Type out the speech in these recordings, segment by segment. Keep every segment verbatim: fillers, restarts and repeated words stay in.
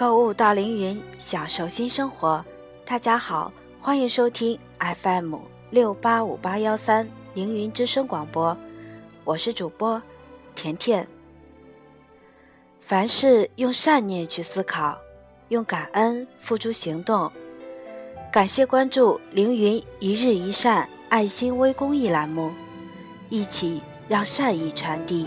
购物到凌云，享受新生活。大家好，欢迎收听 F M 六八五八一三凌云之声广播，我是主播甜甜。凡事用善念去思考，用感恩付诸行动。感谢关注凌云一日一善爱心微公益栏目，一起让善意传递。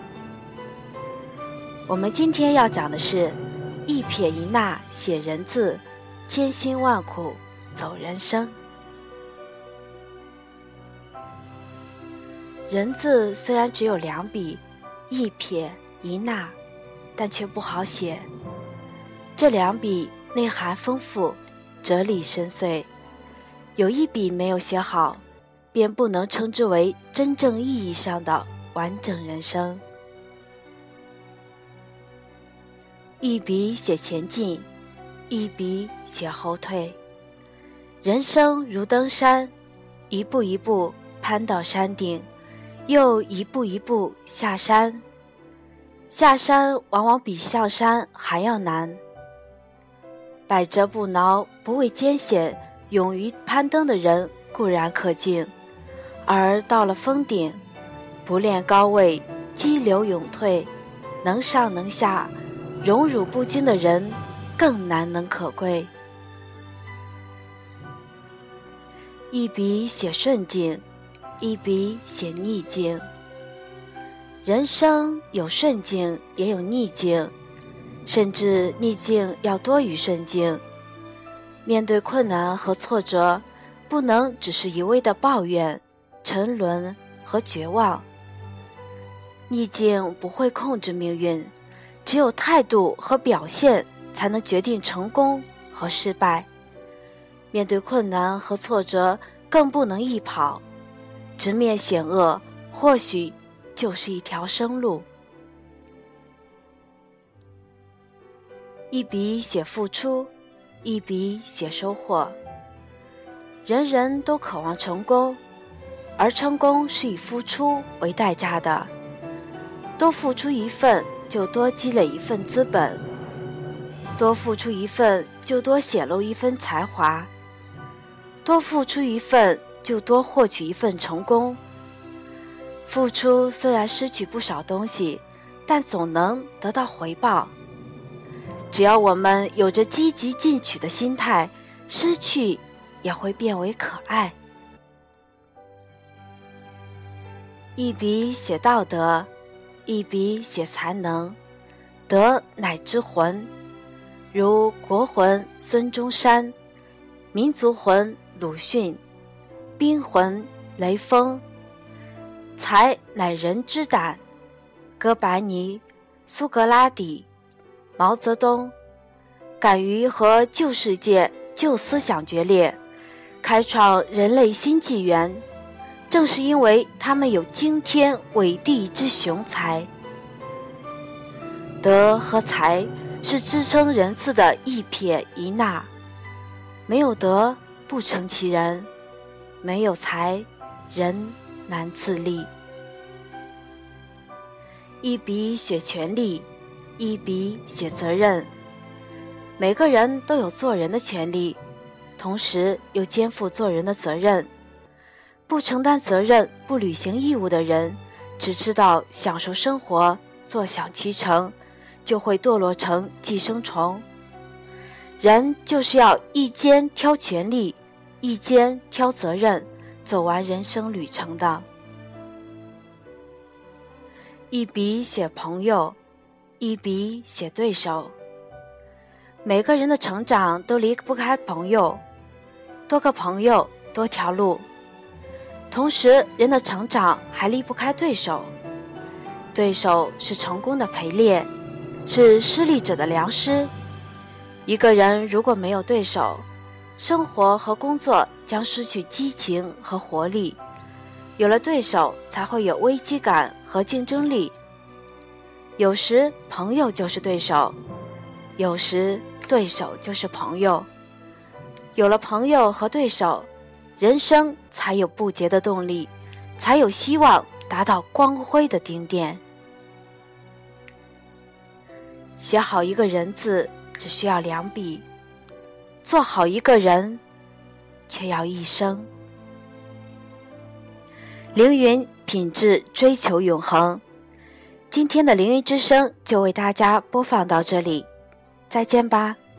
我们今天要讲的是一撇一捺写人字，千辛万苦走人生。人字虽然只有两笔，一撇一捺，但却不好写。这两笔内涵丰富，哲理深邃，有一笔没有写好，便不能称之为真正意义上的完整人生。一笔写前进，一笔写后退。人生如登山，一步一步攀到山顶，又一步一步下山。下山往往比上山还要难。百折不挠、不畏艰险、勇于攀登的人固然可敬，而到了峰顶，不恋高位、激流勇退，能上能下，荣辱不惊的人更难能可贵。一笔写顺境，一笔写逆境。人生有顺境也有逆境，甚至逆境要多于顺境。面对困难和挫折，不能只是一味的抱怨、沉沦和绝望。逆境不会控制命运，只有态度和表现才能决定成功和失败。面对困难和挫折，更不能易跑，直面险恶，或许就是一条生路。一笔写付出，一笔写收获。人人都渴望成功，而成功是以付出为代价的。多付出一份，就多积累一份资本；多付出一份，就多显露一分才华；多付出一份，就多获取一份成功。付出虽然失去不少东西，但总能得到回报。只要我们有着积极进取的心态，失去也会变为可爱。一笔写道德，一笔写才能。德乃之魂，如国魂孙中山，民族魂鲁迅，兵魂雷锋。才乃人之胆，哥白尼、苏格拉底、毛泽东，敢于和旧世界、旧思想决裂，开创人类新纪元，正是因为他们有惊天伟地之雄才。德和才是支撑人字的一撇一捺，没有德不成其人，没有才人难自立。一笔写权利，一笔写责任。每个人都有做人的权利，同时又肩负做人的责任。不承担责任、不履行义务的人，只知道享受生活，坐享其成，就会堕落成寄生虫。人就是要一肩挑权利，一肩挑责任，走完人生旅程的。一笔写朋友，一笔写对手。每个人的成长都离不开朋友，多个朋友多条路。同时人的成长还离不开对手，对手是成功的陪练，是失利者的良师。一个人如果没有对手，生活和工作将失去激情和活力。有了对手，才会有危机感和竞争力。有时朋友就是对手，有时对手就是朋友。有了朋友和对手，人生才有不竭的动力，才有希望达到光辉的顶点。写好一个人字， 只需要两笔，做好一个人却要一生。凌云品质追求永恒。今天的凌云之声就为大家播放到这里，再见吧。